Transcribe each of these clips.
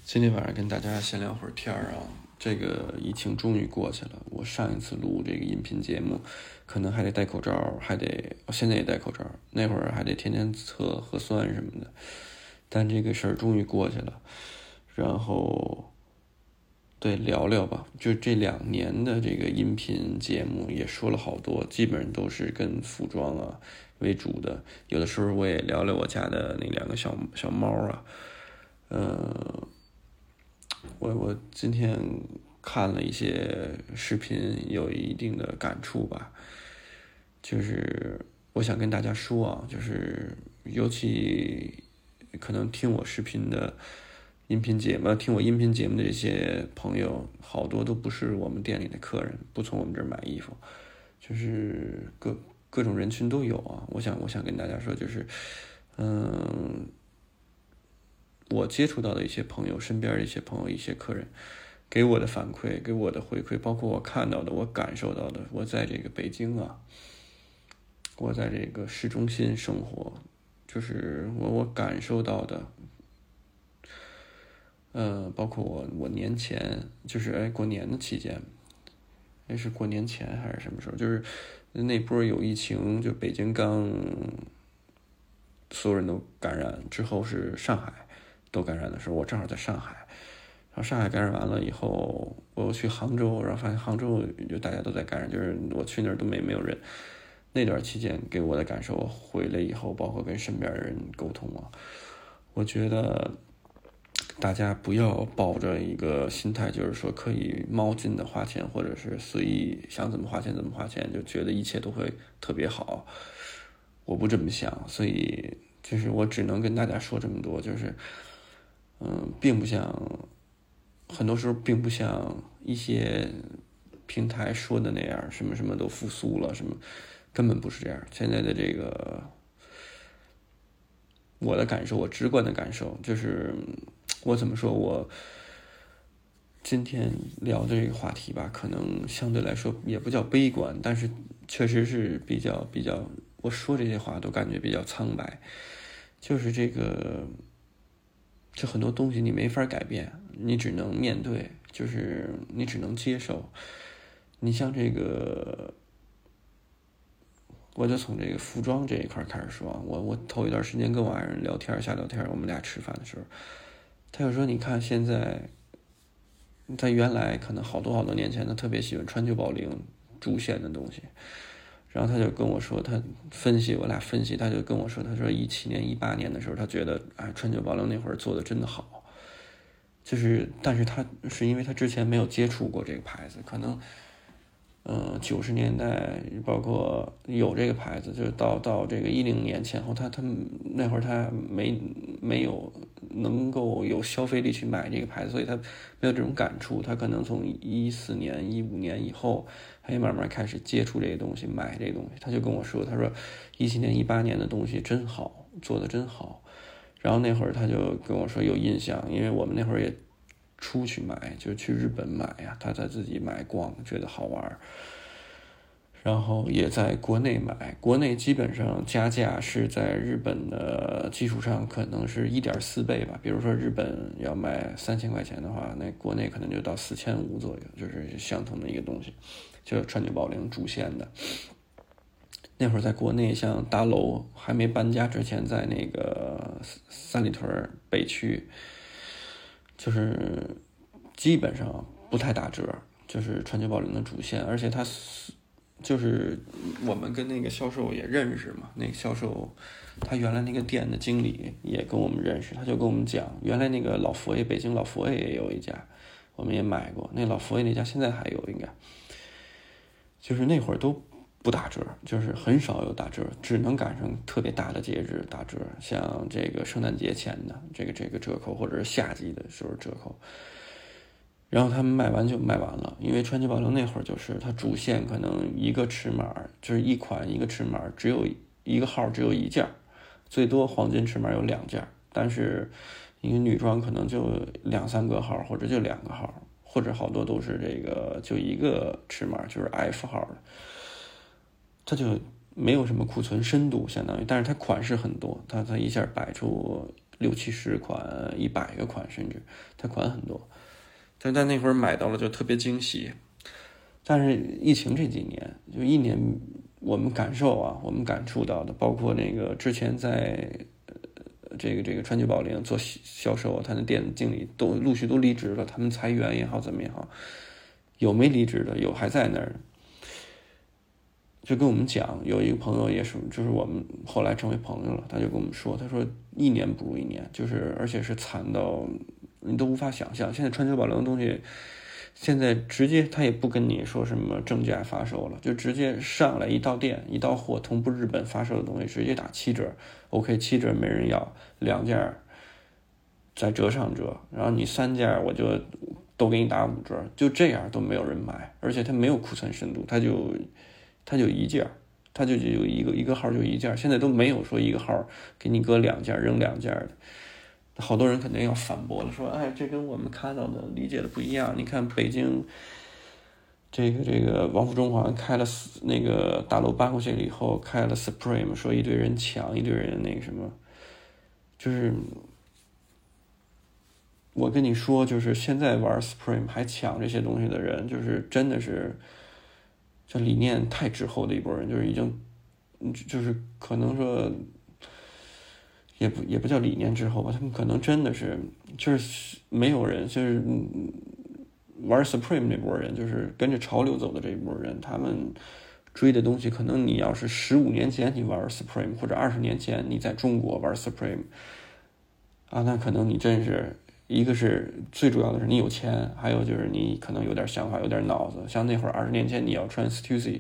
今天晚上跟大家闲聊会儿天儿啊，这个疫情终于过去了。我上一次录这个音频节目，可能还得戴口罩，现在也戴口罩，那会儿还得天天测核酸什么的。但这个事儿终于过去了，然后对聊聊吧，就这2年的这个音频节目也说了好多，基本上都是跟服装啊为主的，有的时候我也聊聊我家的那2个小猫啊，我今天看了一些视频，有一定的感触吧。就是我想跟大家说啊，就是尤其可能听我音频节目的这些朋友，好多都不是我们店里的客人，不从我们这儿买衣服，就是各种人群都有啊。我想跟大家说，就是我接触到的一些朋友，身边的一些朋友，一些客人给我的反馈，给我的回馈，包括我看到的，我感受到的，我在这个北京啊，我在这个市中心生活，就是我感受到的，包括我年前，就是过年的期间，是过年前还是什么时候？就是那波有疫情，就北京刚所有人都感染之后，是上海都感染的时候，我正好在上海。然后上海感染完了以后，我去杭州，然后发现杭州就大家都在感染，就是我去那儿都没有人。那段期间给我的感受，回来以后，包括跟身边的人沟通啊，我觉得大家不要抱着一个心态，就是说可以冒进的花钱，或者是随意想怎么花钱怎么花钱，就觉得一切都会特别好。我不这么想，所以就是我只能跟大家说这么多，就是并不像很多时候并不像一些平台说的那样，什么什么都复苏了，什么根本不是这样。现在的这个我的感受，我直观的感受就是我怎么说，我今天聊的这个话题吧，可能相对来说也不叫悲观，但是确实是比较，我说这些话都感觉比较苍白。就是这很多东西你没法改变，你只能面对，就是你只能接受。你像这个，我就从这个服装这一块开始说。我头一段时间跟我爱人聊天，瞎聊天，我们俩吃饭的时候，他就说：“你看现在，他原来可能好多年前，他特别喜欢川久保玲主线的东西。”然后他就跟我说，我俩分析，他就跟我说，他说17年、18年的时候，他觉得川久保玲那会儿做的真的好，但是他是因为他之前没有接触过这个牌子，可能90年代包括有这个牌子，就到这个10年前后，他那会儿他没有能够有消费力去买这个牌子，所以他没有这种感触。他可能从14年、15年以后，他也慢慢开始接触这些东西，买这个东西。他就跟我说，他说17年、18年的东西真好，做的真好。然后那会儿他就跟我说有印象，因为我们那会儿也出去买，就去日本买呀，他在自己买逛，觉得好玩，然后也在国内买。国内基本上加价是在日本的基础上，可能是1.4倍吧。比如说日本要卖3000块钱的话，那国内可能就到4500左右，就是相同的一个东西，就川久保玲主线的。那会儿在国内，像大楼还没搬家之前，在那个三里屯北区，就是基本上不太打折，就是川久保玲的主线。而且它就是我们跟那个销售也认识嘛，那个销售他原来那个店的经理也跟我们认识，他就跟我们讲，原来那个老佛爷，北京老佛爷也有一家，我们也买过。那老佛爷那家现在还有，应该就是那会儿都不打折，就是很少有打折，只能赶上特别大的节日打折，像这个圣诞节前的这个折扣，或者是夏季的时候折扣。然后他们卖完就卖完了，因为川久保玲那会儿就是它主线可能一个尺码，就是一款一个尺码只有一个号，只有1件，最多黄金尺码有2件，但是一个女装可能就2-3个号，或者就2个号，或者好多都是这个就一个尺码，就是 F 号的，它就没有什么库存深度，相当于，但是它款式很多，它一下摆出 60-70款、100个款，甚至它款很多。但那会儿买到了就特别惊喜。但是疫情这几年，就1年，我们感触到的，包括那个之前在这个川久保玲做销售，他的店经理都陆续都离职了，他们裁员也好怎么也好，有没离职的，有还在那儿。就跟我们讲，有一个朋友也是，就是我们后来成为朋友了，他就跟我们说，他说1年不如1年，就是而且是惨到你都无法想象。现在川久保玲的东西，现在直接他也不跟你说什么正价发售了，就直接上来一到店一到货，同步日本发售的东西直接打7折 ，OK 7折没人要，2件再折上折，然后你3件我就都给你打5折，就这样都没有人买，而且它没有库存深度，它就一件，它就有一个号就一件，现在都没有说一个号给你搁2件扔2件的。好多人肯定要反驳了，说哎，这跟我们看到的理解的不一样。你看北京这个王府中环开了那个大楼搬过去了以后，开了 Supreme， 说一堆人抢，一堆人那个什么，就是我跟你说，就是现在玩 Supreme 还抢这些东西的人，就是真的是这理念太滞后的一拨人，就是已经就是可能说也不叫理念滞后吧，他们可能真的是就是没有人就是玩 Supreme 那波人，就是跟着潮流走的这一波人，他们追的东西，可能你要是15年前你玩 Supreme， 或者20年前你在中国玩 Supreme 啊，那可能你真是一个是最主要的是你有钱，还有就是你可能有点想法，有点脑子。像那会儿20年前你要穿 Stussy，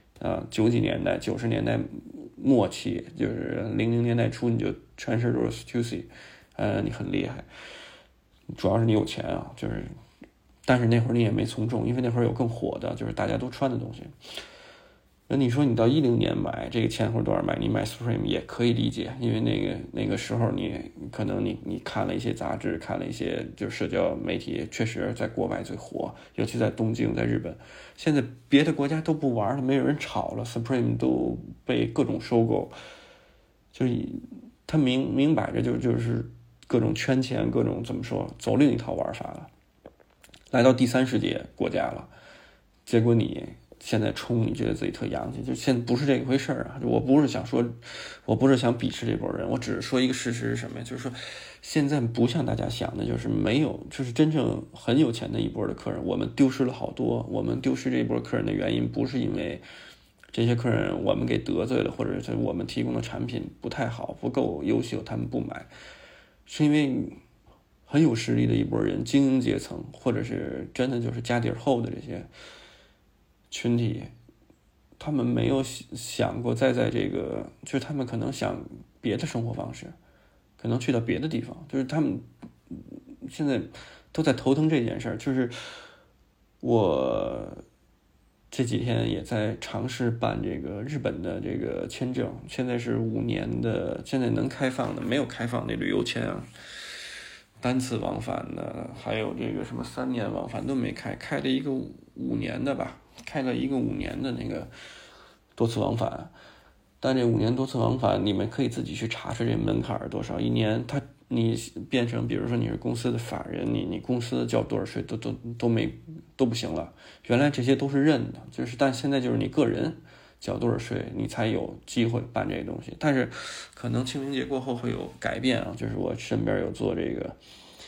90年代、90年代末期，就是00年代初，你就全身都是 Stussy， 你很厉害。主要是你有钱啊，就是，但是那会儿你也没从众，因为那会儿有更火的，就是大家都穿的东西。那你说你到10年买这个钱或者多少买，你买 Supreme 也可以理解，因为那个时候你可能你看了一些杂志，看了一些就是社交媒体，确实在国外最火，尤其在东京，在日本。现在别的国家都不玩了，没有人炒了 ，Supreme 都被各种收购，就是他明摆着就是各种圈钱，各种怎么说，走另一套玩法了，来到第三世界国家了，结果你现在冲，你觉得自己特洋气，就现在不是这个回事啊！我不是想鄙视这波人，我只是说一个事实是什么呀？就是说，现在不像大家想的，就是没有，就是真正很有钱的一波的客人，我们丢失了好多。我们丢失这波客人的原因，不是因为这些客人我们给得罪了，或者是我们提供的产品不太好，不够优秀，他们不买，是因为很有实力的一波人，精英阶层，或者是真的就是家底厚的这些群体，他们没有想过在这个，就是他们可能想别的生活方式，可能去到别的地方，就是他们现在都在头疼这件事儿。就是我这几天也在尝试办这个日本的这个签证，现在是5年的，现在能开放的，没有开放那旅游签啊，单次往返的，还有这个什么3年往返都没开了一个5年的吧。开了一个5年的那个多次往返，但这5年多次往返，你们可以自己去查查这门槛是多少一年。你变成比如说你是公司的法人，你公司交多少税都不行了。原来这些都是认的，就是但现在就是你个人缴多少税，你才有机会办这个东西。但是可能清明节过后会有改变啊，就是我身边有做这个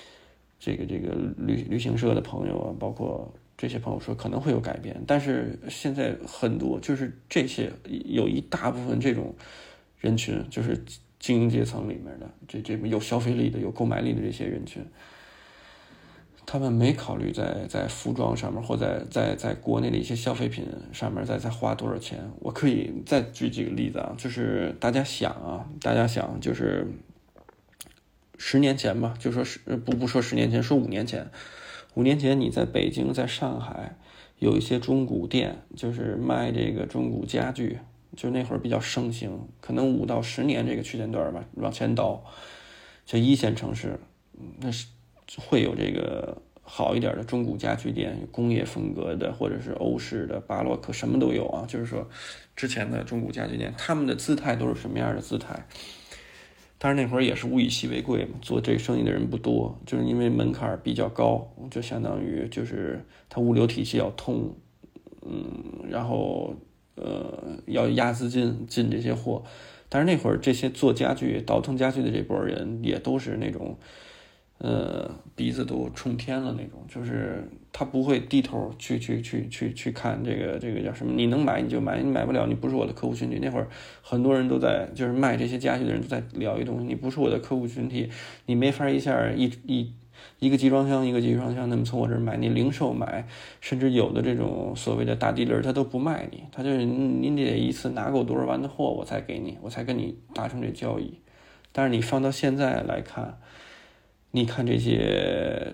旅行社的朋友啊，包括这些朋友说可能会有改变，但是现在很多就是这些有一大部分这种人群，就是精英阶层里面的这有消费力的、有购买力的这些人群，他们没考虑在服装上面或在国内的一些消费品上面再花多少钱。我可以再举几个例子啊，就是大家想就是10年前吧，就说不说10年前，说5年前。5年前你在北京在上海有一些中古店，就是卖这个中古家具，就那会儿比较盛行，可能5到10年这个区间段吧，往前倒，就1线城市那是会有这个好一点的中古家具店，工业风格的或者是欧式的巴洛克什么都有啊。就是说之前的中古家具店，他们的姿态都是什么样的姿态？ 但是那会儿也是物以稀为贵嘛，做这个生意的人不多，就是因为门槛比较高，就相当于就是它物流体系要通，然后要压资金进这些货。但是那会儿这些做家具、倒腾家具的这波人也都是那种，鼻子都冲天了那种，就是他不会低头去看这个叫什么，你能买你就买，你买不了你不是我的客户群体。那会儿很多人都在就是卖这些家具的人都在聊一东西，你不是我的客户群体，你没法一下一个集装箱一个集装箱那么从我这儿买，你零售买，甚至有的这种所谓的大地儿他都不卖你，他就是你得一次拿够多少万的货我才给你，我才跟你达成这交易。但是你放到现在来看，你看这些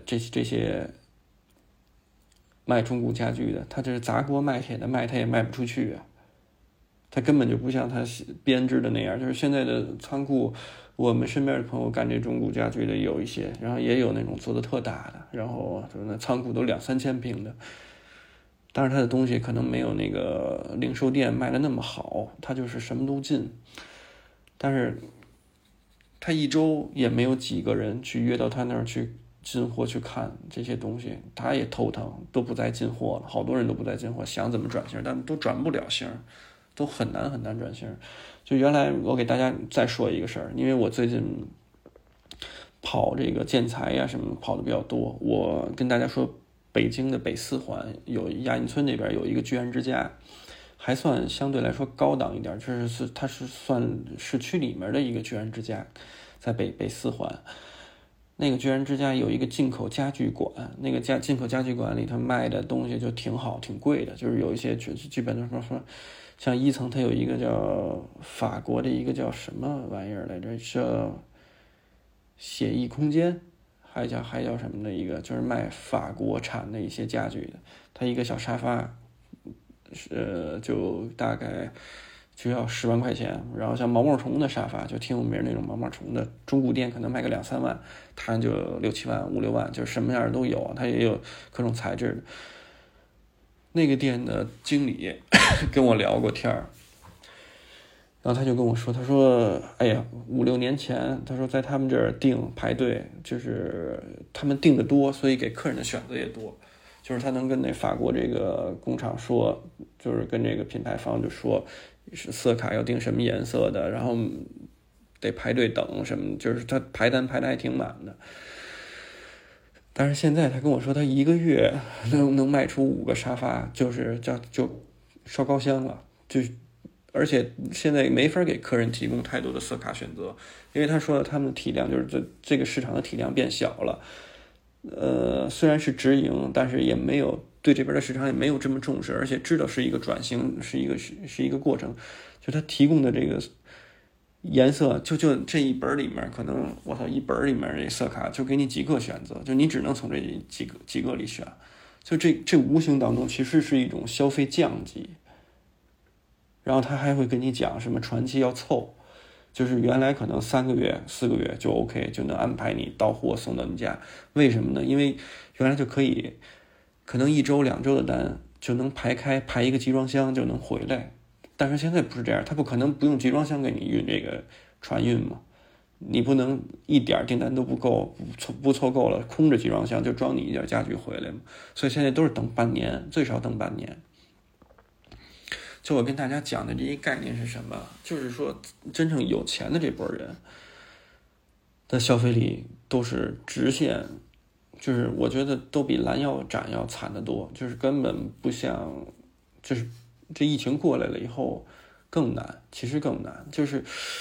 卖中古家具的，他这是砸锅卖铁的卖，他也卖不出去啊。他根本就不像他编织的那样，就是现在的仓库，我们身边的朋友干这中古家具的有一些，然后也有那种做的特大的，然后就是那仓库都2-3千平的，但是他的东西可能没有那个零售店卖的那么好，他就是什么都进，但是他一周也没有几个人去约到他那儿去进货去看这些东西，他也头疼，都不再进货了，好多人都不再进货，想怎么转型，但都转不了型，都很难转型。就原来我给大家再说一个事儿，因为我最近跑这个建材呀什么跑的比较多，我跟大家说，北京的北四环有亚运村那边有一个居然之家，还算相对来说高档一点，它是算市区里面的一个居然之家，在北四环。那个居然之家有一个进口家具馆，那个进口家具馆里头卖的东西就挺好挺贵的，就是有一些基本的说像一层它有一个叫法国的一个叫什么玩意儿来着，叫写意空间还叫什么的一个，就是卖法国产的一些家具的，它一个小沙发就大概就要10万块钱，然后像毛毛虫的沙发就挺有名那种毛毛虫的，中古店可能卖个2-3万，它就6-7万5-6万，就是什么样都有，它也有各种材质的。那个店的经理跟我聊过天儿，然后他就跟我说，他说哎呀5-6年前，他说在他们这儿排队，就是他们订的多，所以给客人的选择也多，就是他能跟那法国这个工厂说，就是跟这个品牌方就说是色卡要订什么颜色的，然后得排队等什么，就是他排单排的还挺满的。但是现在他跟我说，他一个月能卖出5个沙发，就烧高香了，而且现在没法给客人提供太多的色卡选择，因为他说他们的体量就是这个市场的体量变小了。虽然是直营，但是也没有对这边的市场也没有这么重视，而且知道是一个转型，是一个过程。就他提供的这个颜色，就这一本里面，可能一本里面这色卡就给你几个选择，就你只能从这几个里选。就这无形当中其实是一种消费降级。然后他还会跟你讲什么传期要凑，就是原来可能3个月4个月就 OK， 就能安排你到货送到你家。为什么呢？因为原来就可以可能1周2周的单就能排一个集装箱就能回来，但是现在不是这样，他不可能不用集装箱给你运这个船运嘛，你不能一点订单都不够，不凑够了，空着集装箱就装你一点家具回来嘛。所以现在都是等半年，最少等半年。就我跟大家讲的这一概念是什么？就是说，真正有钱的这波人的消费力都是直线，就是我觉得都比蓝药斩要惨得多，就是根本不像，就是这疫情过来了以后更难，其实更难，就是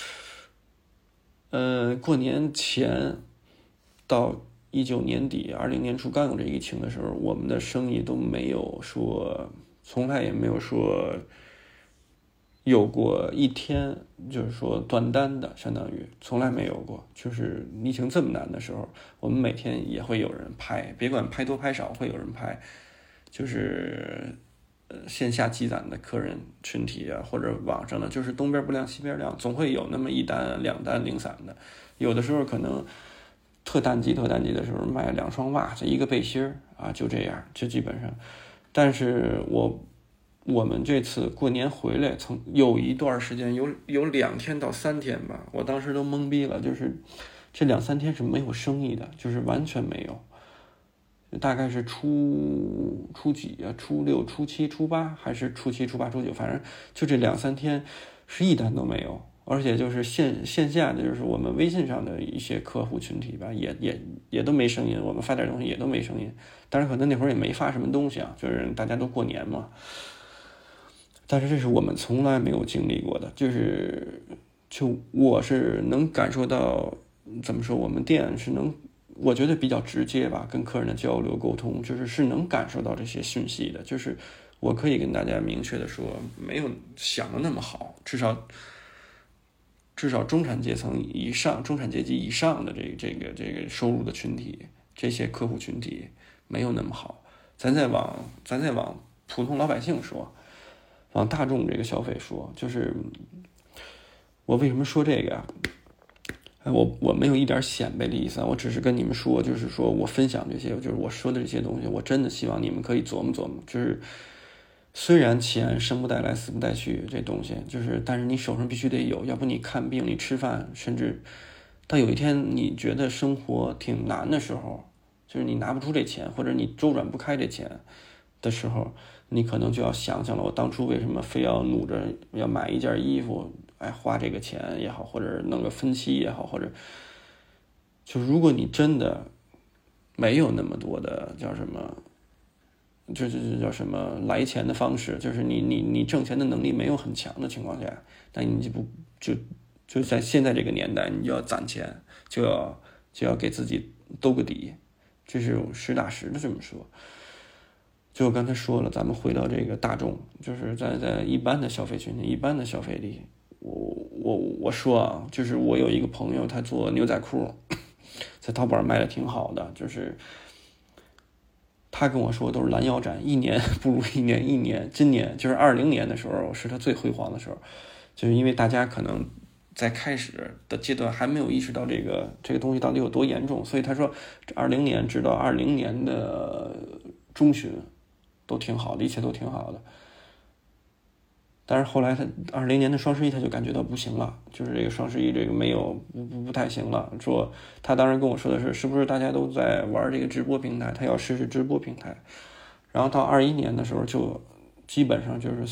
过年前到19年底20年初刚有这疫情的时候，我们的生意都没有说，从来也没有说有过一天就是说断单的，相当于从来没有过。就是疫情这么难的时候，我们每天也会有人拍，别管拍多拍少，会有人拍，就是线下积攒的客人群体啊，或者网上的，就是东边不亮西边亮，总会有那么1单2单零散的。有的时候可能特淡季的时候卖2双袜子1个背心啊，就这样，就基本上。但是我我们这次过年回来，有一段时间有2天到3天吧，我当时都懵逼了，就是这2、3天是没有生意的，就是完全没有。大概是初几啊？初6、初7、初8，还是初7、初8、初9，反正就这2、3天是一单都没有。而且就是线下的，就是我们微信上的一些客户群体吧，也都没声音。我们发点东西也都没声音。当然可能那会儿也没发什么东西啊，就是大家都过年嘛。但是这是我们从来没有经历过的，就我是能感受到，怎么说，我们店是能，我觉得比较直接吧，跟客人的交流沟通，是能感受到这些讯息的，就是我可以跟大家明确的说，没有想的那么好，至少中产阶层以上、中产阶级以上的这个收入的群体，这些客户群体没有那么好。咱再往普通老百姓说，往大众这个消费说，就是我为什么说这个呀？我没有一点显摆的意思啊，我只是跟你们说，就是说我分享这些，就是我说的这些东西，我真的希望你们可以琢磨琢磨，就是虽然钱生不带来死不带去这东西，但是你手上必须得有，要不你看病、你吃饭，甚至到有一天你觉得生活挺难的时候，就是你拿不出这钱，或者你周转不开这钱的时候，你可能就要想想了，我当初为什么非要努着要买一件衣服，花这个钱也好，或者弄个分期也好，或者就如果你真的没有那么多的叫什么，这叫什么来钱的方式，就是你挣钱的能力没有很强的情况下，那你就在现在这个年代，你就要攒钱，就要给自己兜个底，这是实打实的这么说。就我刚才说了，咱们回到这个大众，就是在一般的消费群体、一般的消费力，我说啊，就是我有一个朋友，他做牛仔裤，在淘宝上卖的挺好的，就是他跟我说都是拦腰斩，一年不如一年。今年就是20年的时候，是他最辉煌的时候，就是因为大家可能在开始的阶段还没有意识到这个东西到底有多严重，所以他说20年直到20年的中旬都挺好的，一切都挺好的。但是后来他20年的双11他就感觉到不行了，就是这个双11这个没有不太行了。说他当时跟我说的是不是大家都在玩这个直播平台，他要试试直播平台。然后到21年的时候就基本上就是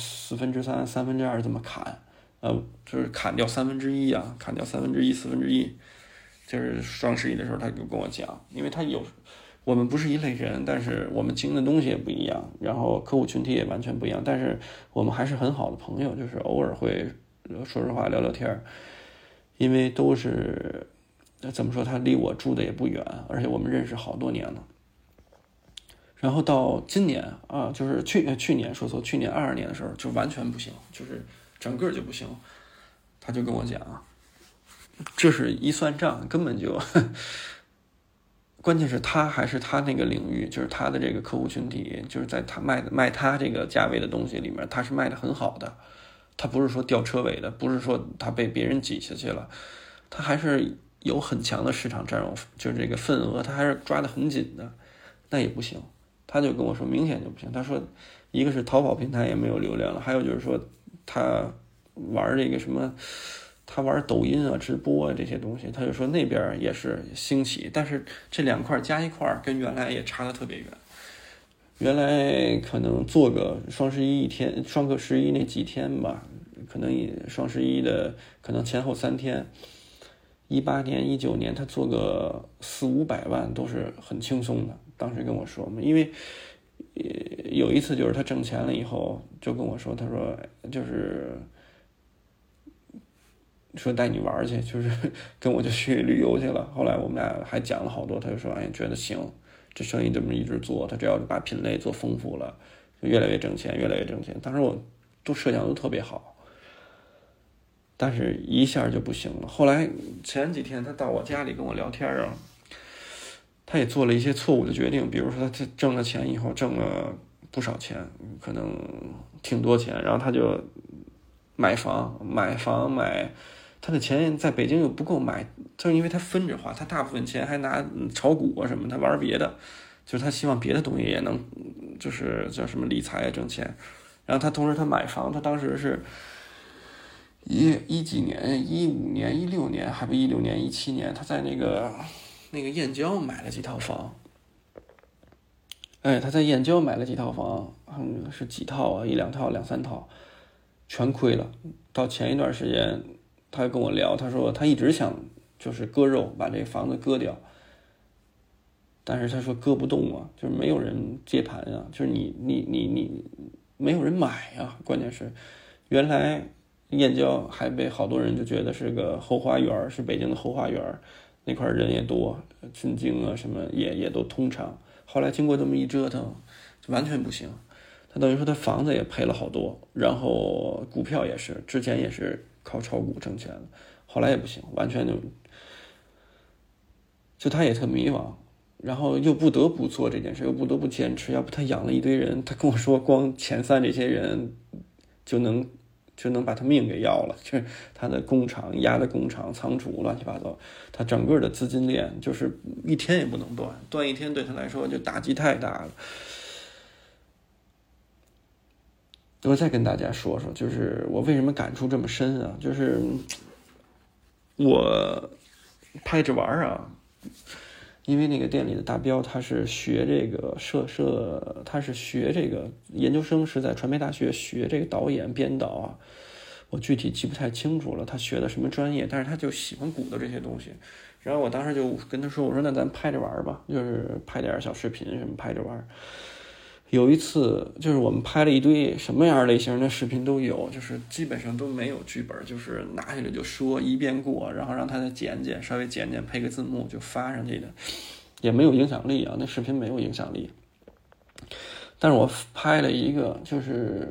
3/4、2/3这么砍，就是砍掉1/3啊，砍掉1/3、1/4，就是双11的时候他就跟我讲，因为他我们不是一类人，但是我们经的东西也不一样，然后客户群体也完全不一样，但是我们还是很好的朋友，就是偶尔会说实话聊聊天，因为都是怎么说，他离我住的也不远，而且我们认识好多年了。然后到今年啊，就是去年说错，去年22年的时候就完全不行，就是整个就不行。他就跟我讲，这是一算账根本就关键是他还是他那个领域，就是他的这个客户群体，就是在他卖他这个价位的东西里面，他是卖的很好的。他不是说吊车尾的，不是说他被别人挤下去了，他还是有很强的市场占有，就是这个份额，他还是抓得很紧的。那也不行，他就跟我说明显就不行。他说，一个是淘宝平台也没有流量了，还有就是说他玩这个什么。他玩抖音啊、直播啊这些东西，他就说那边也是兴起，但是这2块加一块跟原来也差得特别远。原来可能做个双11一天，双个11那几天吧，可能双11的可能前后3天，18年、19年他做个400、500万都是很轻松的。当时跟我说嘛，因为有一次就是他挣钱了以后就跟我说，他说就是说带你玩去，就是跟我就去旅游去了。后来我们俩还讲了好多，他就说觉得行，这生意这么一直做，他只要把品类做丰富了，就越来越挣钱，越来越挣钱。当时我都设想都特别好，但是一下就不行了。后来前几天他到我家里跟我聊天啊，他也做了一些错误的决定，比如说他挣了钱以后挣了不少钱，可能挺多钱，然后他就买他的钱在北京又不够买，就是因为他分着花，他大部分钱还拿炒股啊什么，他玩别的，就是他希望别的东西也能，就是叫什么理财挣钱， 然后他同时他买房，他当时是几年，15年、16年，还不16年、17年，他在那个燕郊买了几套房。他在燕郊买了几套房，是几套啊？1、2套、2、3套，全亏了。到前一段时间，他跟我聊，他说他一直想就是割肉，把这个房子割掉，但是他说割不动啊，就是没有人接盘啊，就是你没有人买啊。关键是原来燕郊还被好多人就觉得是个后花园，是北京的后花园，那块人也多，进京啊什么也都通畅。后来经过这么一折腾，就完全不行。他等于说他房子也赔了好多，然后股票也是，之前也是靠炒股挣钱的，后来也不行，完全就他也特迷茫，然后又不得不做这件事，又不得不坚持，要不他养了一堆人，他跟我说光前3这些人就能把他命给要了，就是他的工厂、压的工厂、仓储乱七八糟，他整个的资金链就是一天也不能断一天对他来说就打击太大了。我再跟大家说说，就是我为什么感触这么深啊？就是我拍着玩啊，因为那个店里的大彪他是学这个他是学这个研究生，是在传媒大学学这个导演编导啊，我具体记不太清楚了，他学的什么专业，但是他就喜欢鼓捣这些东西。然后我当时就跟他说，我说那咱拍着玩吧，就是拍点小视频什么拍着玩。有一次就是我们拍了一堆什么样类型的视频都有，就是基本上都没有剧本，就是拿下来就说一遍过，然后让他再稍微剪剪配个字幕就发上去的，也没有影响力啊，那视频没有影响力。但是我拍了一个就是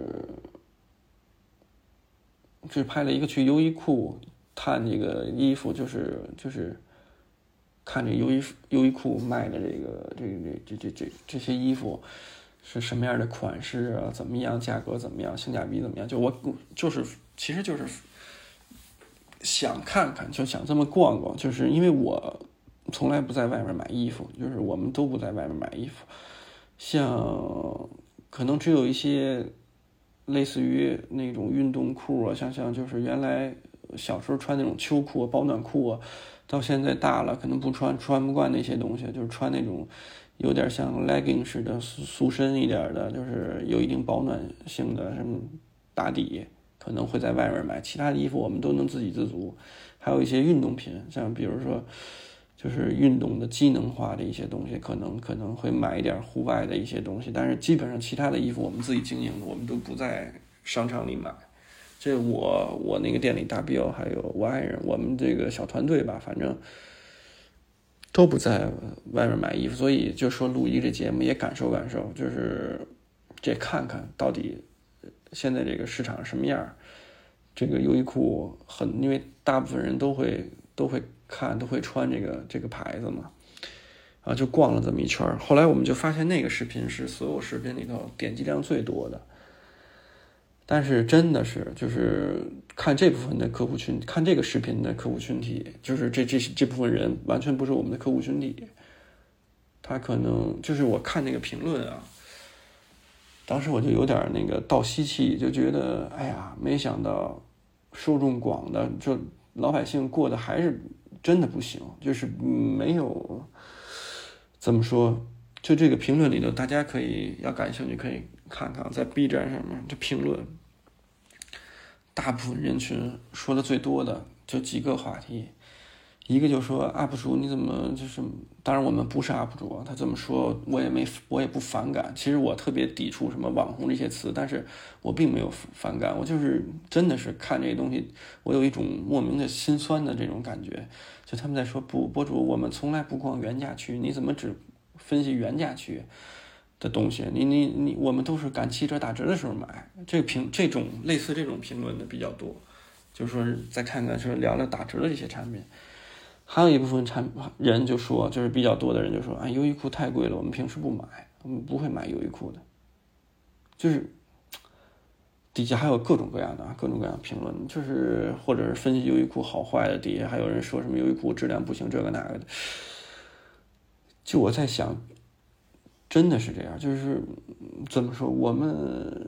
拍了一个去优衣库看这个衣服，就是看这优衣库卖的这些衣服是什么样的款式啊，怎么样，价格怎么样，性价比怎么样，其实就是想看看，就想这么逛逛，就是因为我从来不在外面买衣服，就是我们都不在外面买衣服，像可能只有一些类似于那种运动裤啊，像就是原来小时候穿那种秋裤、保暖裤啊，到现在大了可能穿不惯那些东西，就是穿那种有点像 legging 似的塑身一点的，就是有一定保暖性的什么打底，可能会在外面买。其他的衣服我们都能自给自足，还有一些运动品，像比如说就是运动的机能化的一些东西，可能会买一点户外的一些东西，但是基本上其他的衣服我们自己经营的，我们都不在商场里买。这我那个店里大彪还有我爱人，我们这个小团队吧，反正都不在外面买衣服，所以就说录一这节目也感受，就是这看看到底现在这个市场什么样。这个优衣库因为大部分人都会看，都会穿这个牌子嘛，啊，就逛了这么一圈。后来我们就发现那个视频是所有视频里头点击量最多的。但是真的是就是看这部分的客户群，看这个视频的客户群体，就是这部分人完全不是我们的客户群体。他可能就是我看那个评论啊，当时我就有点那个倒吸气，就觉得哎呀，没想到受众广的，就老百姓过得还是真的不行，就是没有怎么说。就这个评论里头，大家要感兴趣可以看看，在 B 站上面这评论，大部分人群说的最多的就几个话题。一个就说 UP 主你怎么就是，当然我们不是 UP 主，他这么说我也不反感。其实我特别抵触什么网红这些词，但是我并没有反感，我就是真的是看这些东西，我有一种莫名的心酸的这种感觉。就他们在说博主，我们从来不逛原价区，你怎么只分析原价区的东西？我们都是赶7折打折的时候买。这种类似这种评论的比较多，就是说再看看说聊聊打折的这些产品。还有一部分人就说，就是比较多的人就说，优衣库太贵了，我们平时不买，我们不会买优衣库的。就是底下还有各种各样的评论，就是或者是分析优衣库好坏的，底下还有人说什么优衣库质量不行，这个那个的。就我在想，真的是这样，就是怎么说，我们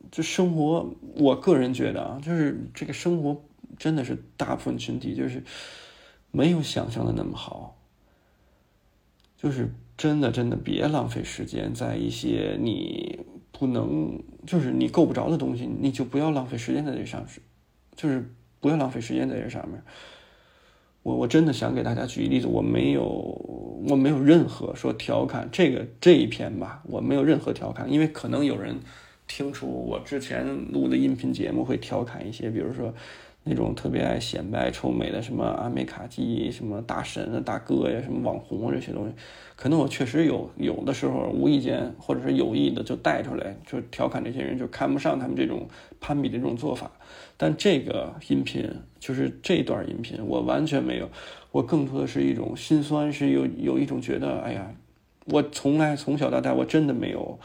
这生活，我个人觉得啊，就是这个生活真的是大部分群体就是没有想象的那么好，就是真的别浪费时间在一些你不能，就是你够不着的东西，你就不要浪费时间在这上面，就是不要浪费时间在这上面。我真的想给大家举一例子，我没有任何说调侃这一篇吧，我没有任何调侃，因为可能有人听出我之前录的音频节目会调侃一些，比如说那种特别爱显摆臭美的什么阿美卡基什么大神啊大哥呀什么网红这些东西，可能我确实有的时候无意间或者是有意的就带出来，就调侃这些人，就看不上他们这种攀比的这种做法。但这个音频就是这段音频我完全没有，我更多的是一种心酸，是有一种觉得哎呀，我从小到大我真的没有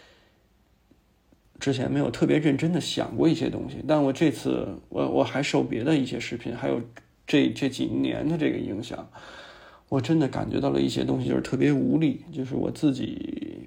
之前没有特别认真的想过一些东西，但我这次我还受别的一些视频还有这几年的这个影响，我真的感觉到了一些东西就是特别无力，就是我自己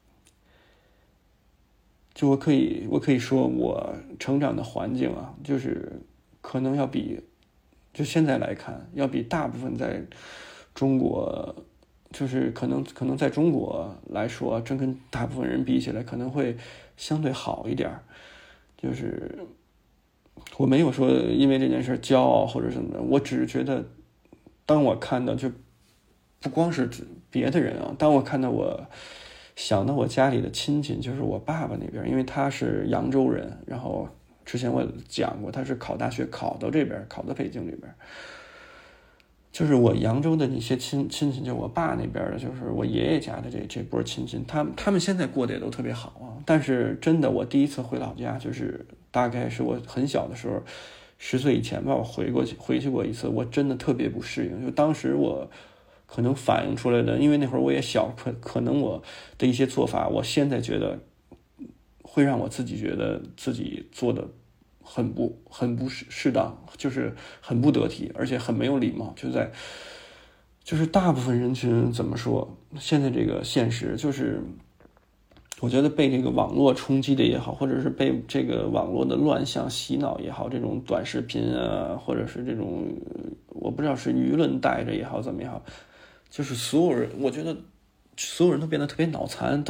就我可以说我成长的环境啊，就是可能要比就现在来看要比大部分在中国，就是可能在中国来说，真跟大部分人比起来可能会相对好一点。就是我没有说因为这件事骄傲或者什么的，我只是觉得当我看到就不光是别的人啊，当我看到我想到我家里的亲戚，就是我爸爸那边，因为他是扬州人，然后之前我讲过他是考大学考到这边，考到北京这边，就是我扬州的那些亲戚，就我爸那边的，就是我爷爷家的这波亲戚，他们现在过得也都特别好啊。但是真的，我第一次回老家，就是大概是我很小的时候，10岁以前吧，我回去过一次，我真的特别不适应。就当时我可能反映出来的，因为那会儿我也小，可能我的一些做法，我现在觉得会让我自己觉得自己做的很不适当，就是很不得体，而且很没有礼貌。就是大部分人群怎么说，现在这个现实就是我觉得被这个网络冲击的也好，或者是被这个网络的乱象洗脑也好，这种短视频啊，或者是这种我不知道是舆论带着也好怎么也好，就是所有人，我觉得所有人都变得特别脑残，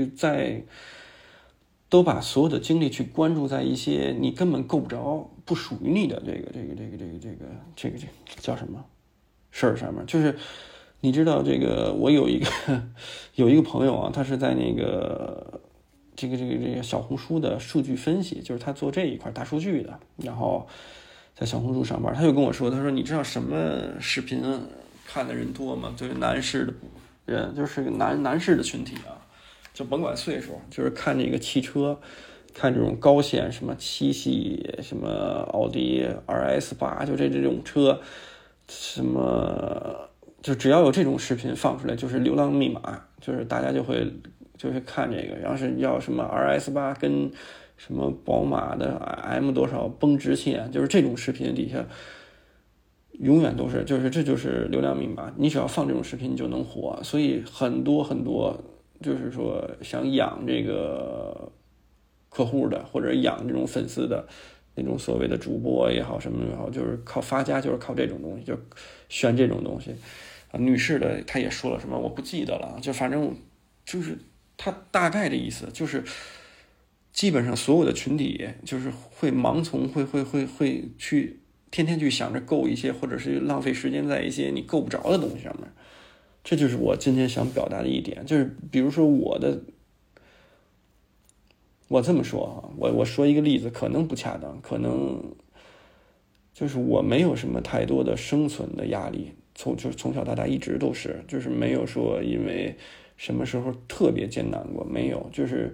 都把所有的精力去关注在一些你根本够不着、不属于你的这个叫什么事儿上面。就是你知道这个，我有一个朋友啊，他是在那个这个小红书的数据分析，就是他做这一块大数据的，然后在小红书上班，他就跟我说，他说你知道什么视频看的人多吗？就是男士的人，就是男士的群体啊。就甭管岁数，就是看这个汽车，看这种高线，什么7系，什么奥迪 RS8，就这种车，什么就只要有这种视频放出来，就是流浪密码，就是大家就会看这个，然后是要什么 RS8跟什么宝马的 M 多少绷直线，就是这种视频底下永远都是这就是流量密码，你只要放这种视频你就能火，所以很多就是说想养这个客户的，或者养这种粉丝的那种所谓的主播也好，什么也好，就是靠发家，就是靠这种东西，就选这种东西啊。女士的她也说了什么，我不记得了，就反正就是她大概的意思就是，基本上所有的群体就是会盲从，会去天天去想着够一些，或者是浪费时间在一些你够不着的东西上面。这就是我今天想表达的一点，就是比如说我这么说啊，我说一个例子，可能不恰当，可能就是我没有什么太多的生存的压力，就是从小到大一直都是，就是没有说因为什么时候特别艰难过，没有，就是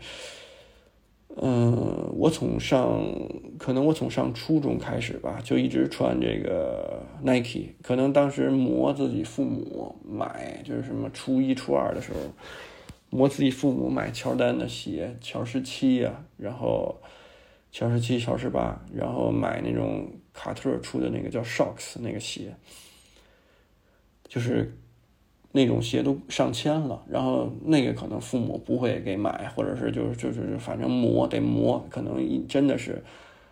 可能我从上初中开始吧，就一直穿这个 Nike， 可能当时磨自己父母买，就是什么初一初二的时候，磨自己父母买乔丹的鞋，乔17啊，然后乔17、乔18，然后买那种卡特出的那个叫 Shocks 那个鞋，就是那种鞋都上千了，然后那个可能父母不会给买，或者是就是反正得磨，可能真的是，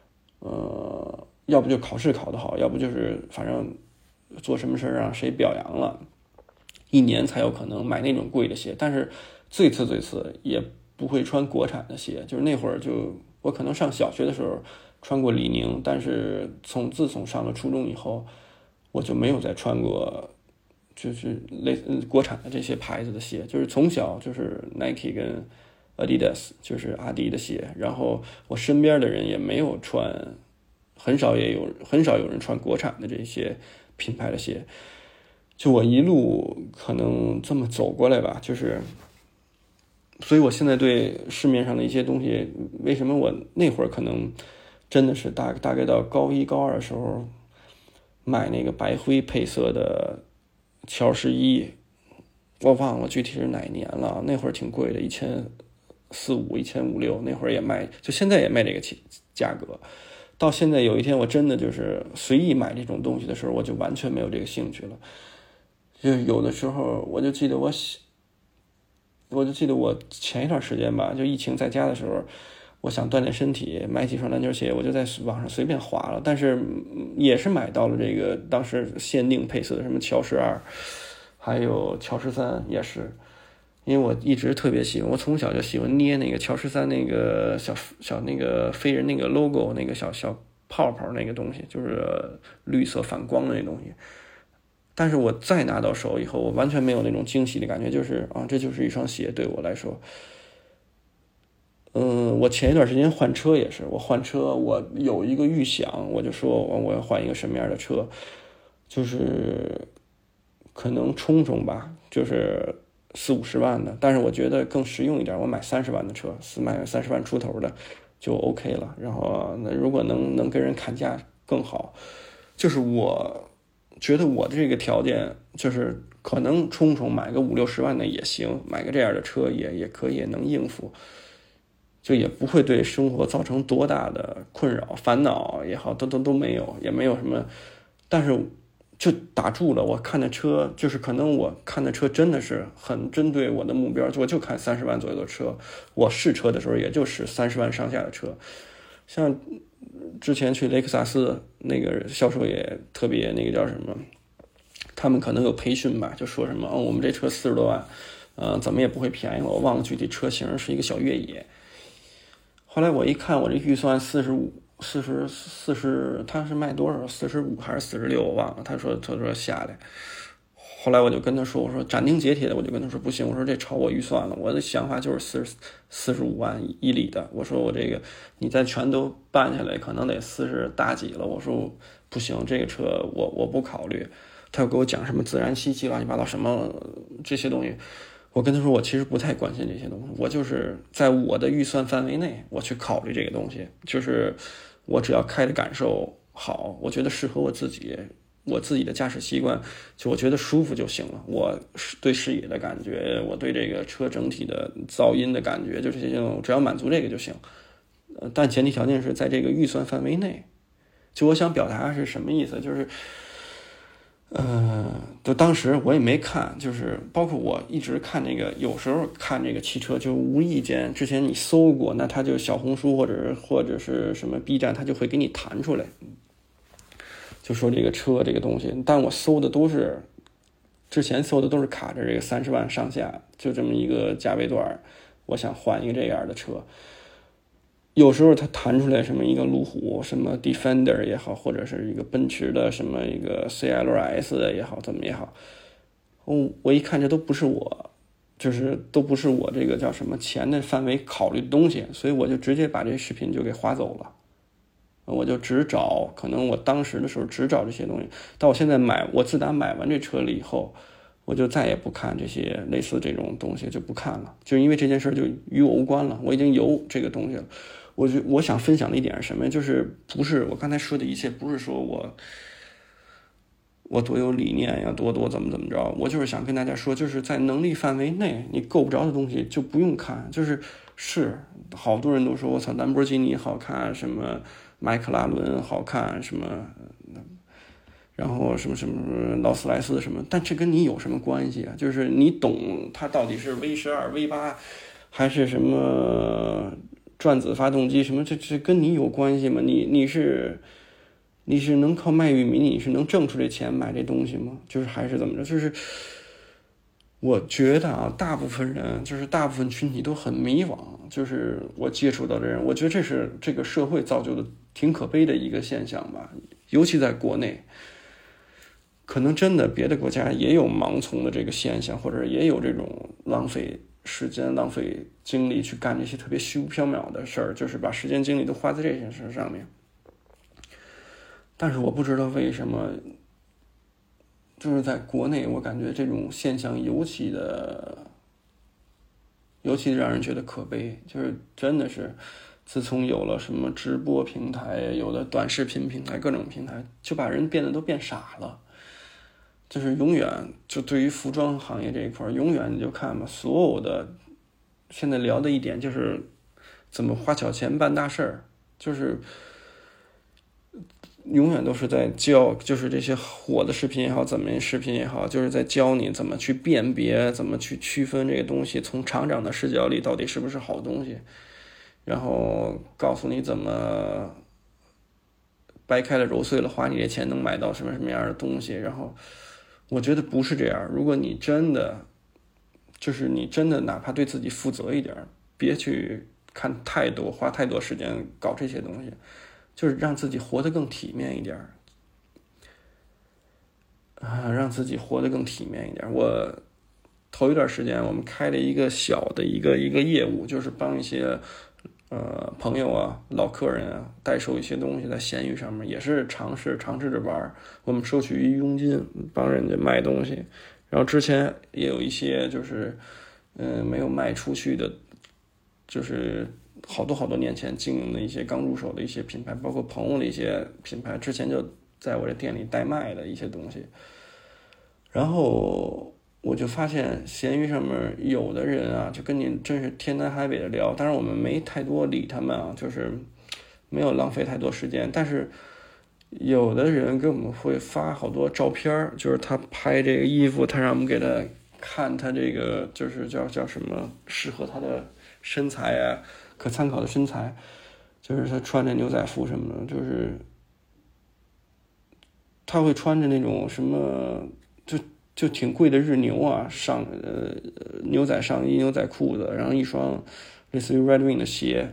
要不就考试考得好，要不就是反正做什么事让谁表扬了，一年才有可能买那种贵的鞋。但是最次也不会穿国产的鞋，就是那会儿我可能上小学的时候穿过李宁，但是自从上了初中以后，我就没有再穿过就是国产的这些牌子的鞋，就是从小就是 Nike 跟 Adidas， 就是阿迪的鞋，然后我身边的人也没有穿，很少有人穿国产的这些品牌的鞋，就我一路可能这么走过来吧，就是所以我现在对市面上的一些东西，为什么我那会儿可能真的是大概到高一高二的时候买那个白灰配色的乔11，我忘了具体是哪一年了，那会儿挺贵的，1400、1500、那会儿也卖，就现在也卖这个价格。到现在有一天我真的就是随意买这种东西的时候，我就完全没有这个兴趣了。就有的时候我就记得我前一段时间吧，就疫情在家的时候，我想锻炼身体，买几双篮球鞋，我就在网上随便划了，但是也是买到了这个当时限定配色的什么乔12，还有乔13，也是，因为我一直特别喜欢，我从小就喜欢捏那个乔13那个小那个飞人那个 logo 那个小泡泡那个东西，就是绿色反光的那东西。但是我再拿到手以后，我完全没有那种惊喜的感觉，就是这就是一双鞋对我来说。我前一段时间换车也是，我换车我有一个预想，我就说我要换一个什么样的车，就是可能冲吧，就是40-50万的，但是我觉得更实用一点，我买30万的车，买30万出头的就 OK 了。然后那如果能跟人砍价更好，就是我觉得我这个条件就是可能冲买个50-60万的也行，买个这样的车也可以能应付，就也不会对生活造成多大的困扰烦恼也好，都没有，也没有什么。但是就打住了，我看的车就是可能我看的车真的是很针对我的目标，我就看30万左右的车，我试车的时候也就是30万上下的车。像之前去雷克萨斯那个销售也特别那个叫什么，他们可能有培训吧，就说什么我们这车40多万，怎么也不会便宜了，我忘了具体车型，是一个小越野。后来我一看我这预算45，他是卖多少？45还是46？我忘了。他说下来。后来我就跟他说，我说斩钉截铁的，我就跟他说不行，我说这超我预算了，我的想法就是45万1里的。我说我这个你再全都办下来，可能得40大几了。我说不行，这个车我不考虑。他又给我讲什么自然吸气乱七八糟什么这些东西。我跟他说我其实不太关心这些东西，我就是在我的预算范围内我去考虑这个东西，就是我只要开的感受好，我觉得适合我自己的驾驶习惯，就我觉得舒服就行了。我对视野的感觉，我对这个车整体的噪音的感觉，就这些只要满足这个就行。但前提条件是在这个预算范围内。就我想表达是什么意思，就是就当时我也没看，就是包括我一直看这个，有时候看这个汽车，就无意间之前你搜过，那他就小红书或者是什么 B 站，他就会给你弹出来，就说这个车这个东西。但我之前搜的都是卡着这个30万上下，就这么一个价位段，我想换一个这样的车。有时候他弹出来什么一个路虎什么 Defender 也好，或者是一个奔驰的什么一个 CLS 也好，怎么也好，我一看这都不是我这个叫什么钱的范围考虑的东西，所以我就直接把这视频就给划走了。我就只找，可能我当时的时候只找这些东西，但我现在我自打买完这车了以后，我就再也不看这些类似这种东西，就不看了，就因为这件事就与我无关了，我已经有这个东西了。我想分享的一点是什么，就是不是我刚才说的一切，不是说我多有理念呀，多怎么着，我就是想跟大家说，就是在能力范围内，你够不着的东西就不用看。是好多人都说我操，兰博基尼好看，什么迈克拉伦好看，什么， 然后什么什么劳斯莱斯什么，但这跟你有什么关系啊？就是你懂它到底是 V12、V8还是什么转子发动机什么，这跟你有关系吗？你是能靠卖玉米，你是能挣出这钱买这东西吗？就是还是怎么着？就是我觉得啊，大部分人就是大部分群体都很迷惘。就是我接触到的人，我觉得这是这个社会造就的挺可悲的一个现象吧。尤其在国内，可能真的别的国家也有盲从的这个现象，或者也有这种浪费时间、浪费精力去干这些特别虚无缥缈的事儿，就是把时间精力都花在这些事上面。但是我不知道为什么，就是在国内，我感觉这种现象尤其让人觉得可悲。就是真的是，自从有了什么直播平台，有了短视频平台，各种平台，就把人都变傻了。就是永远就对于服装行业这一块，永远你就看吧，所有的现在聊的一点就是怎么花小钱办大事儿，就是永远都是在教，就是这些火的视频也好，怎么视频也好，就是在教你怎么去辨别，怎么去区分这个东西从厂长的视角里到底是不是好东西，然后告诉你怎么掰开了揉碎了花你的钱能买到什么什么样的东西。然后我觉得不是这样，如果你真的哪怕对自己负责一点，别去看太多，花太多时间搞这些东西，就是让自己活得更体面一点让自己活得更体面一点。我头一段时间我们开了一个小的一个业务，就是帮一些朋友啊、老客人啊代售一些东西，在闲鱼上面也是尝试着玩。我们收取佣金，帮人家卖东西。然后之前也有一些就是没有卖出去的，就是好多年前经营的一些刚入手的一些品牌，包括朋友的一些品牌，之前就在我这店里代卖的一些东西。然后我就发现闲鱼上面有的人啊，就跟你真是天南海北的聊，当然我们没太多理他们啊，就是没有浪费太多时间。但是有的人给我们会发好多照片，就是他拍这个衣服，他让我们给他看他这个就是叫什么适合他的身材啊，可参考的身材，就是他穿着牛仔服什么的，就是他会穿着那种什么就挺贵的日牛啊，牛仔上衣、牛仔裤子，然后一双类似于 Red Wing 的鞋，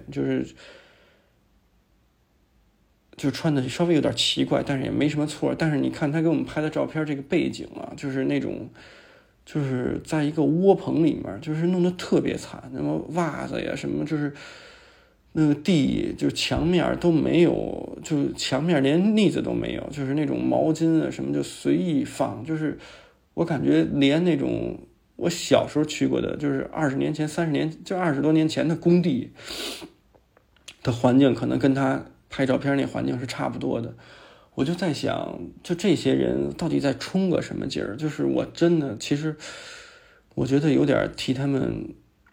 就穿的稍微有点奇怪，但是也没什么错。但是你看他给我们拍的照片，这个背景啊，就是那种就是在一个窝棚里面，就是弄得特别惨，什么袜子呀什么，就是那个地就墙面都没有，就墙面连腻子都没有，就是那种毛巾啊什么就随意放，就是我感觉连那种我小时候去过的，就是20年前、30年，就20多年前的工地的环境，可能跟他拍照片那环境是差不多的。我就在想，就这些人到底在冲个什么劲儿？就是我真的，其实我觉得有点替他们，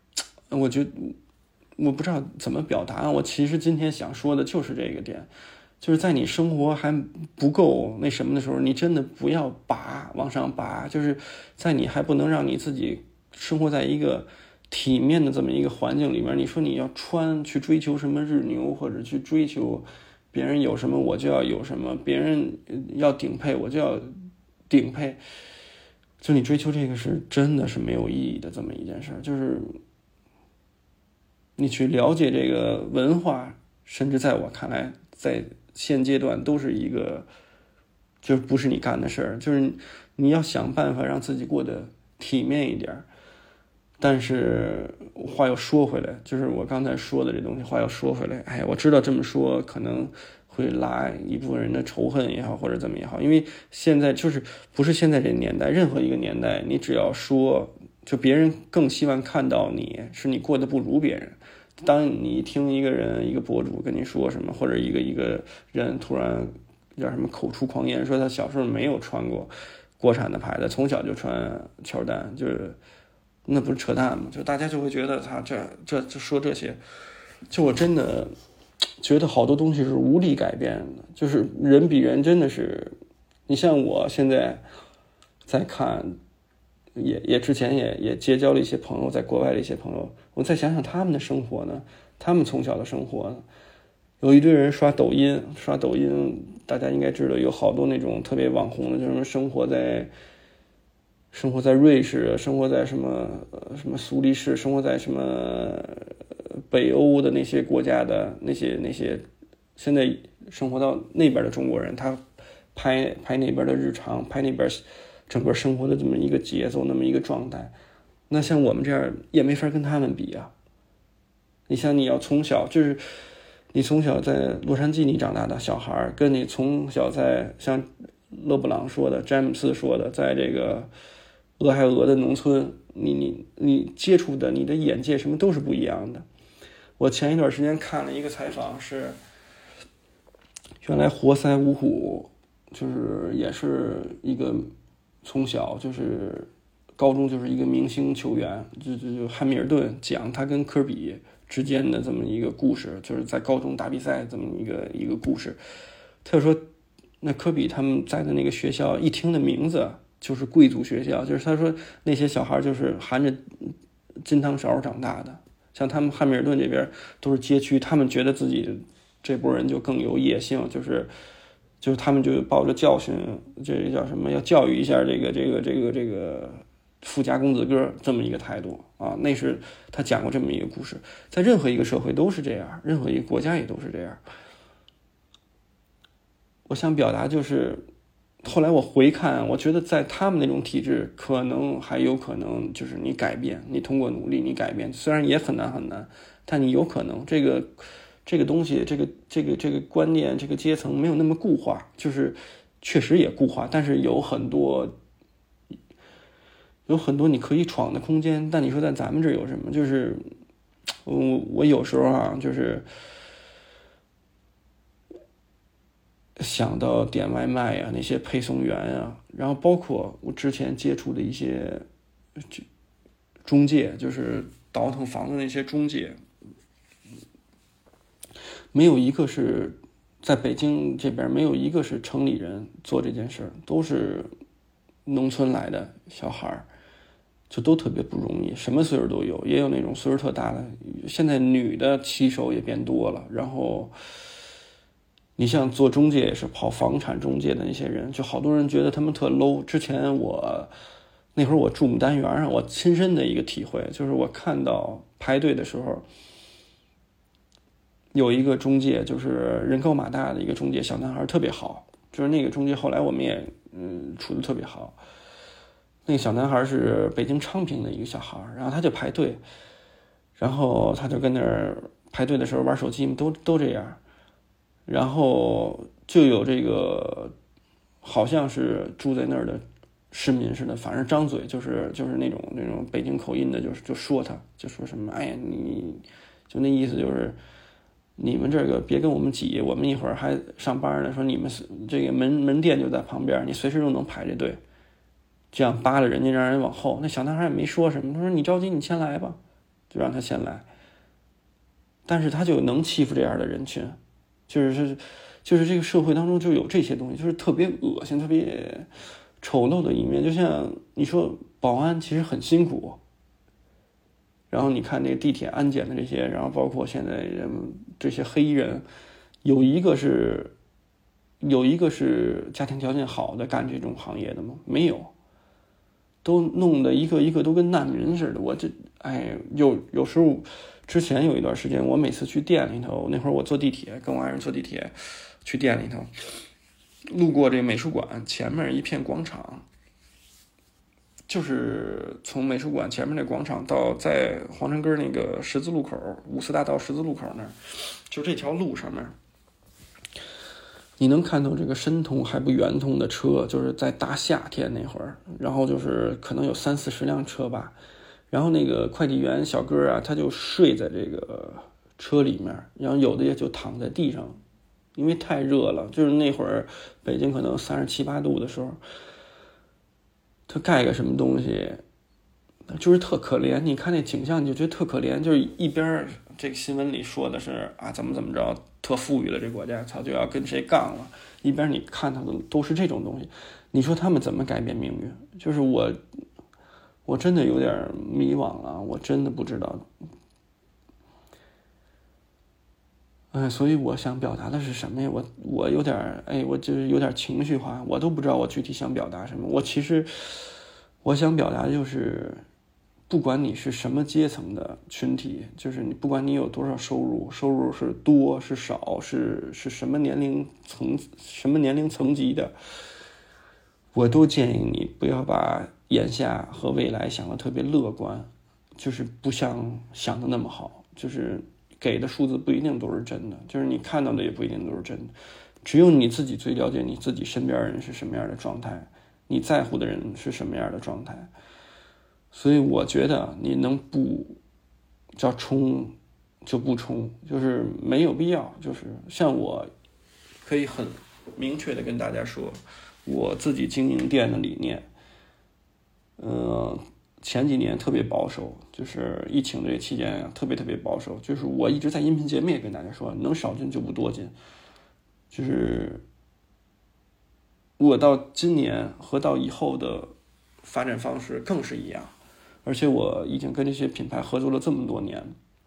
我不知道怎么表达。我其实今天想说的就是这个点，就是在你生活还不够那什么的时候，你真的不要往上拔，就是在你还不能让你自己生活在一个体面的这么一个环境里面，你说你要去追求什么日牛，或者去追求别人有什么我就要有什么，别人要顶配我就要顶配，就你追求这个是真的是没有意义的这么一件事。就是你去了解这个文化，甚至在我看来在现阶段都是一个就是不是你干的事儿，就是你要想办法让自己过得体面一点。但是话又说回来，就是我刚才说的这东西，话又说回来，我知道这么说可能会拉一部分人的仇恨也好，或者怎么也好，因为现在就是不是现在这个年代，任何一个年代，你只要说，就别人更希望看到你过得不如别人。当你听一个博主跟你说什么，或者一个人突然叫什么口出狂言，说他小时候没有穿过国产的牌子，从小就穿乔丹，就是那不是扯淡吗？就大家就会觉得他这说这些，就我真的觉得好多东西是无力改变的，就是人比人真的是你像我现在在看，也之前也结交了一些朋友，在国外的一些朋友，我再想想他们的生活呢，他们从小的生活呢，有一堆人刷抖音，大家应该知道有好多那种特别网红的，就是生活在瑞士，生活在什么苏黎世，生活在什么北欧的那些国家的那些现在生活到那边的中国人，他拍那边的日常，拍那边整个生活的这么一个节奏，那么一个状态，那像我们这样也没法跟他们比啊。你像你要从小就是你从小在洛杉矶你长大的小孩，跟你从小在像勒布朗说的、詹姆斯说的，在这个俄亥俄的农村，你接触的你的眼界什么都是不一样的。我前一段时间看了一个采访，是原来活塞五虎就是也是一个从小就是高中就是一个明星球员，就汉密尔顿讲他跟科比之间的这么一个故事，就是在高中打比赛这么一个故事。他就说，那科比他们在的那个学校，一听的名字就是贵族学校，就是他说那些小孩就是含着金汤勺长大的。像他们汉密尔顿这边都是街区，他们觉得自己这波人就更有野性，就是他们就抱着教训，这叫什么？要教育一下这个富家公子哥这么一个态度啊。那是他讲过这么一个故事，在任何一个社会都是这样，任何一个国家也都是这样。我想表达就是，后来我回看，我觉得在他们那种体制，可能还有可能就是你改变，你通过努力你改变，虽然也很难，但你有可能这个东西，这个观念，这个阶层没有那么固化，就是确实也固化，但是有很多你可以闯的空间。但你说在咱们这有什么？就是我有时候啊，就是想到点外卖啊，那些配送员啊，然后包括我之前接触的一些中介，就是倒腾房子那些中介，没有一个是在北京这边，没有一个是城里人做这件事，都是农村来的小孩，就都特别不容易，什么岁数都有，也有那种岁数特大的。现在女的骑手也变多了，然后你像做中介也是跑房产中介的那些人，就好多人觉得他们特 low。之前那会儿我住牡丹园上，我亲身的一个体会就是，我看到排队的时候，有一个中介，就是人高马大的一个中介，小男孩特别好，就是那个中介后来我们也处得特别好。那个小男孩是北京昌平的一个小孩，然后他就排队，然后他就跟那儿排队的时候玩手机，都这样。然后就有这个好像是住在那儿的市民似的，反正张嘴就是那种北京口音的，就说他，就说什么，哎呀，你就那意思就是你们这个别跟我们挤，我们一会儿还上班呢，说你们这个门店就在旁边，你随时都能排这队，这样扒拉人家让人往后。那小男孩也没说什么，他说你着急你先来吧，就让他先来。但是他就能欺负这样的人群，就是这个社会当中就有这些东西，就是特别恶心、特别丑陋的一面。就像你说，保安其实很辛苦，然后你看那个地铁安检的这些，然后包括现在这些黑衣人，有一个是家庭条件好的干这种行业的吗？没有，都弄得一个一个都跟难民似的。我这有时候。之前有一段时间，我每次去店里头，那会儿我坐地铁，跟我爱人坐地铁去店里头，路过这美术馆前面一片广场，就是从美术馆前面那广场到在皇城根那个十字路口，5四大道十字路口那儿，就这条路上面，你能看到这个申通还不圆通的车，就是在大夏天那会儿，然后就是可能有30-40辆车吧。然后那个快递员小哥啊，他就睡在这个车里面，然后有的也就躺在地上，因为太热了，就是那会儿北京可能37、8度的时候，他盖个什么东西，就是特可怜。你看那景象，你就觉得特可怜。就是一边这个新闻里说的是啊怎么着， 特富裕了，这国家操就要跟谁杠了，一边你看到的都是这种东西，你说他们怎么改变命运？就是我真的有点迷惘了，我真的不知道。所以我想表达的是什么呀？我有点我就是有点情绪化，我都不知道我具体想表达什么。我想表达的就是，不管你是什么阶层的群体，就是你不管你有多少收入，收入是多是少，是什么年龄层级的，我都建议你不要把眼下和未来想得特别乐观，就是不像想的那么好，就是给的数字不一定都是真的，就是你看到的也不一定都是真的，只有你自己最了解你自己身边人是什么样的状态，你在乎的人是什么样的状态。所以我觉得你能不叫冲就不冲，就是没有必要。就是像我可以很明确的跟大家说，我自己经营店的理念，前几年特别保守，就是疫情这期间特别保守，就是我一直在音频节目也跟大家说，能少进就不多进，就是我到今年和到以后的发展方式更是一样，而且我已经跟这些品牌合作了这么多年，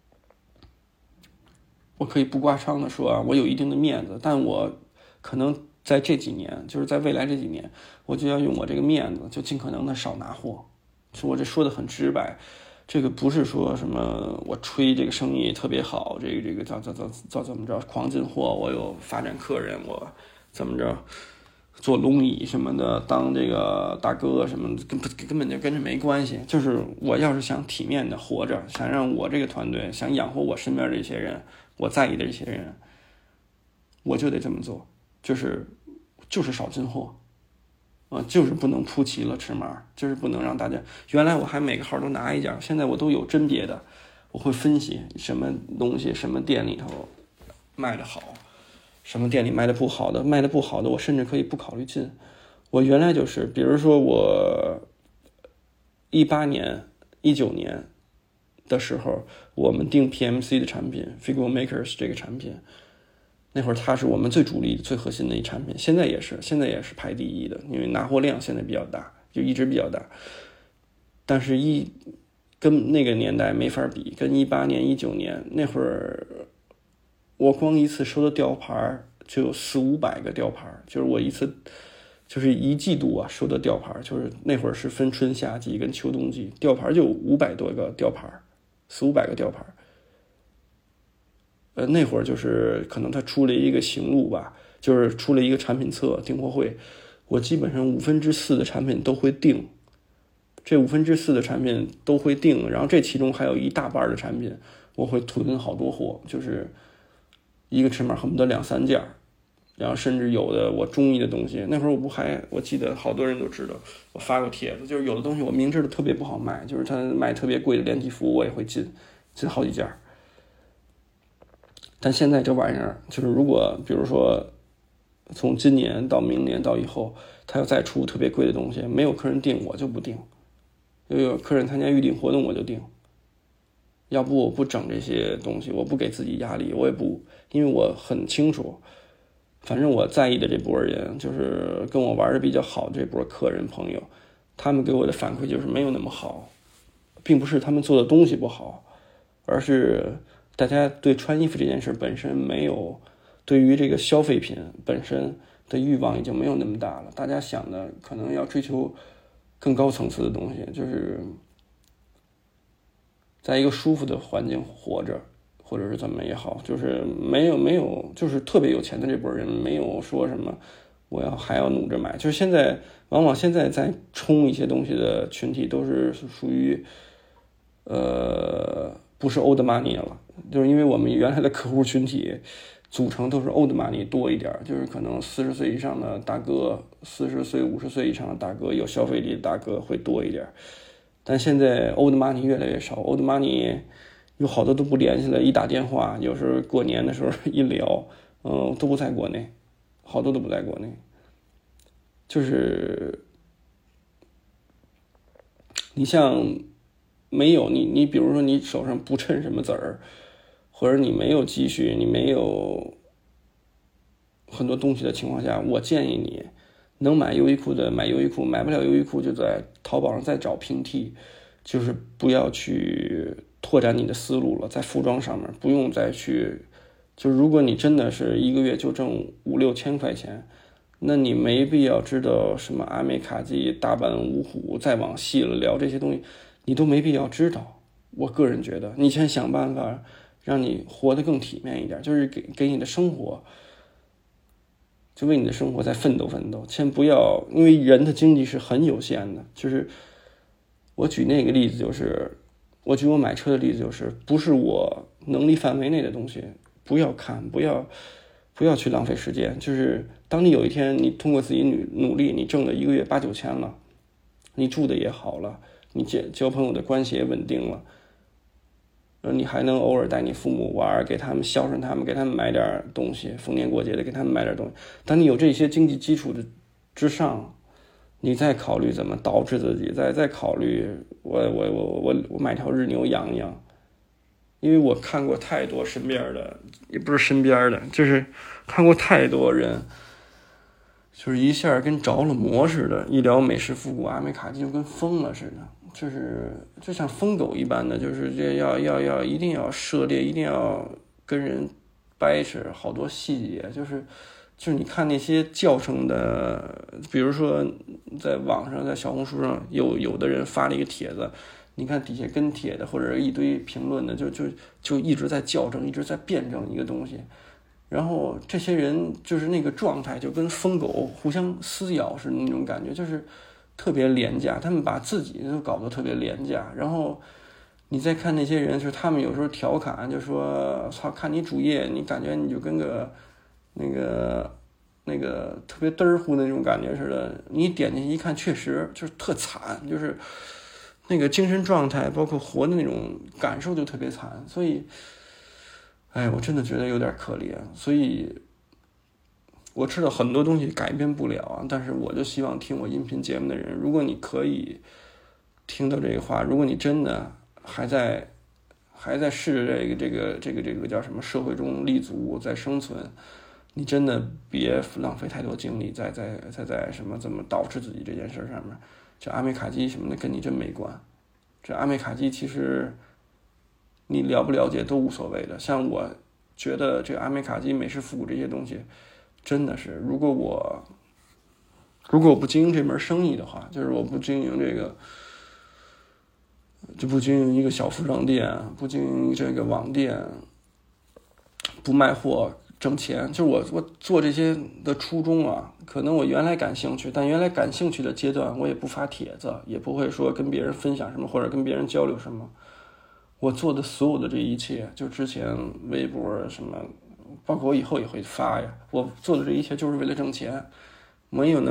我可以不挂腔的说我有一定的面子，但我可能在这几年，就是在未来这几年，我就要用我这个面子，就尽可能的少拿货。我这说的很直白，这个不是说什么我吹这个生意特别好，这个叫怎么着狂进货，我有发展客人，我怎么着做龙椅什么的，当这个大哥什么的，根本就跟这没关系。就是我要是想体面的活着，想让我这个团队，想养活我身边这些人，我在意的这些人，我就得这么做，就是少进货。就是不能铺齐了尺码，就是不能让大家。原来我还每个号都拿一件，现在我都有甄别的，我会分析什么东西什么店里头卖的好，什么店里卖的不好的，我甚至可以不考虑进。我原来就是，比如说我18年、19年的时候，我们定 PMC 的产品 Figma Makers 这个产品。那会儿它是我们最主力最核心的一产品，现在也是排第一的，因为拿货量现在比较大，就一直比较大，但是跟那个年代没法比，跟18年19年那会儿，我光一次收的吊牌就有400-500个吊牌，就是我一次就是一季度收的吊牌，就是那会儿是分春夏季跟秋冬季，吊牌就有500多个吊牌，400-500个吊牌。那会儿就是可能他出了一个行路吧，就是出了一个产品册订货会，我基本上4/5的产品都会订，这4/5的产品都会订，然后这其中还有一大半的产品我会囤好多货，就是一个尺码恨不得2-3件，然后甚至有的我中意的东西，那会儿我记得好多人都知道，我发过帖子，就是有的东西我明知道特别不好卖，就是他卖特别贵的连体服我也会进好几件。但现在这玩意儿，就是如果比如说从今年到明年到以后，他要再出特别贵的东西，没有客人订我就不订，有客人参加预订活动我就订，要不我不整这些东西，我不给自己压力，我也不，因为我很清楚，反正我在意的这波人，就是跟我玩的比较好这波客人朋友，他们给我的反馈就是没有那么好，并不是他们做的东西不好，而是大家对穿衣服这件事本身没有，对于这个消费品本身的欲望已经没有那么大了，大家想的可能要追求更高层次的东西，就是在一个舒服的环境活着，或者是怎么也好，就是没有，就是特别有钱的这波人没有说什么我还要努着买，就是往往现在在冲一些东西的群体都是属于不是 old money 了，就是因为我们原来的客户群体组成都是 old money 多一点，就是可能40岁以上的大哥，40岁50岁以上的大哥，有消费力的大哥会多一点，但现在 old money 越来越少， old money 有好多都不联系了，一打电话有时候过年的时候一聊都不在国内，好多都不在国内，就是你像没有你比如说你手上不趁什么子儿，或者你没有积蓄，你没有很多东西的情况下，我建议你能买优衣库的买优衣库，买不了优衣库就在淘宝上再找平替，就是不要去拓展你的思路了，在服装上面不用再去，就如果你真的是一个月就挣5-6千块钱，那你没必要知道什么阿美卡基、大阪芜虎，再往细了聊这些东西，你都没必要知道。我个人觉得，你先想办法让你活得更体面一点，就是给你的生活，就为你的生活再奋斗奋斗。先不要，因为人的经济是很有限的。就是我举那个例子，就是我举我买车的例子，就是不是我能力范围内的东西，不要看，不要去浪费时间。就是当你有一天你通过自己努力，你挣了一个月8-9千了，你住的也好了，你交朋友的关系也稳定了，你还能偶尔带你父母玩，给他们孝顺他们，给他们买点东西，逢年过节的给他们买点东西。当你有这些经济基础的之上，你再考虑怎么捯饬自己，再考虑我买条日牛养养。因为我看过太多身边的，也不是身边的，就是看过太多人，就是一下跟着了魔似的，一聊美式复古阿美卡基就跟疯了似的，就像疯狗一般的，就是一定要涉猎，一定要跟人掰扯好多细节，就是你看那些教程的，比如说在网上，在小红书上有的人发了一个帖子，你看底下跟帖的或者一堆评论的，就一直在校正，一直在辩证一个东西。然后这些人就是那个状态，就跟疯狗互相撕咬似的那种感觉，就是特别廉价，他们把自己都搞得特别廉价。然后你再看那些人，就是他们有时候调侃，就说操，看你主页，你感觉你就跟个那个特别嘚儿乎的那种感觉似的，你点进去一看，确实就是特惨，就是那个精神状态，包括活的那种感受就特别惨。所以我真的觉得有点可怜。所以我知道很多东西改变不了啊，但是我就希望听我音频节目的人，如果你可以听到这个话，如果你真的还在试着这个叫什么社会中立足，在生存，你真的别浪费太多精力在什么怎么捯饬自己这件事上面。这阿美卡基什么的跟你真没关。这阿美卡基其实你了不了解都无所谓的。像我觉得这个阿美卡基、美式复古这些东西，真的是如果我不经营这门生意的话，就是我不经营这个，就不经营一个小服装店，不经营这个网店，不卖货挣钱，就是我做这些的初衷啊，可能我原来感兴趣，但原来感兴趣的阶段我也不发帖子，也不会说跟别人分享什么或者跟别人交流什么。我做的所有的这一切，就之前微博什么，包括我以后也会发呀，我做的这一切就是为了挣钱，没有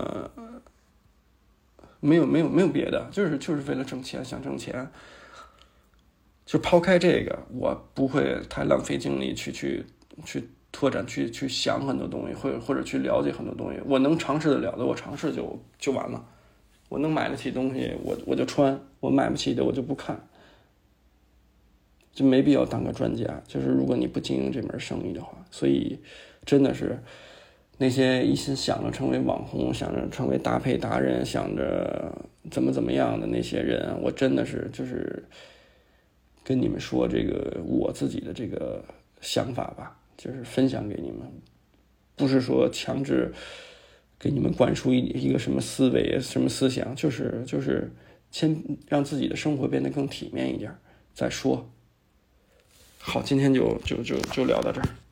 别的，就是为了挣钱，想挣钱。就抛开这个，我不会太浪费精力去拓展，去想很多东西，或者去了解很多东西。我能尝试得了的，我尝试就完了。我能买得起东西，我就穿；我买不起的，我就不看。就没必要当个专家，就是如果你不经营这门生意的话。所以真的是那些一心想着成为网红，想着成为搭配达人，想着怎么样的那些人，我真的是就是跟你们说这个我自己的这个想法吧，就是分享给你们，不是说强制给你们灌输一个什么思维什么思想，就是先让自己的生活变得更体面一点再说。好，今天就聊到这儿。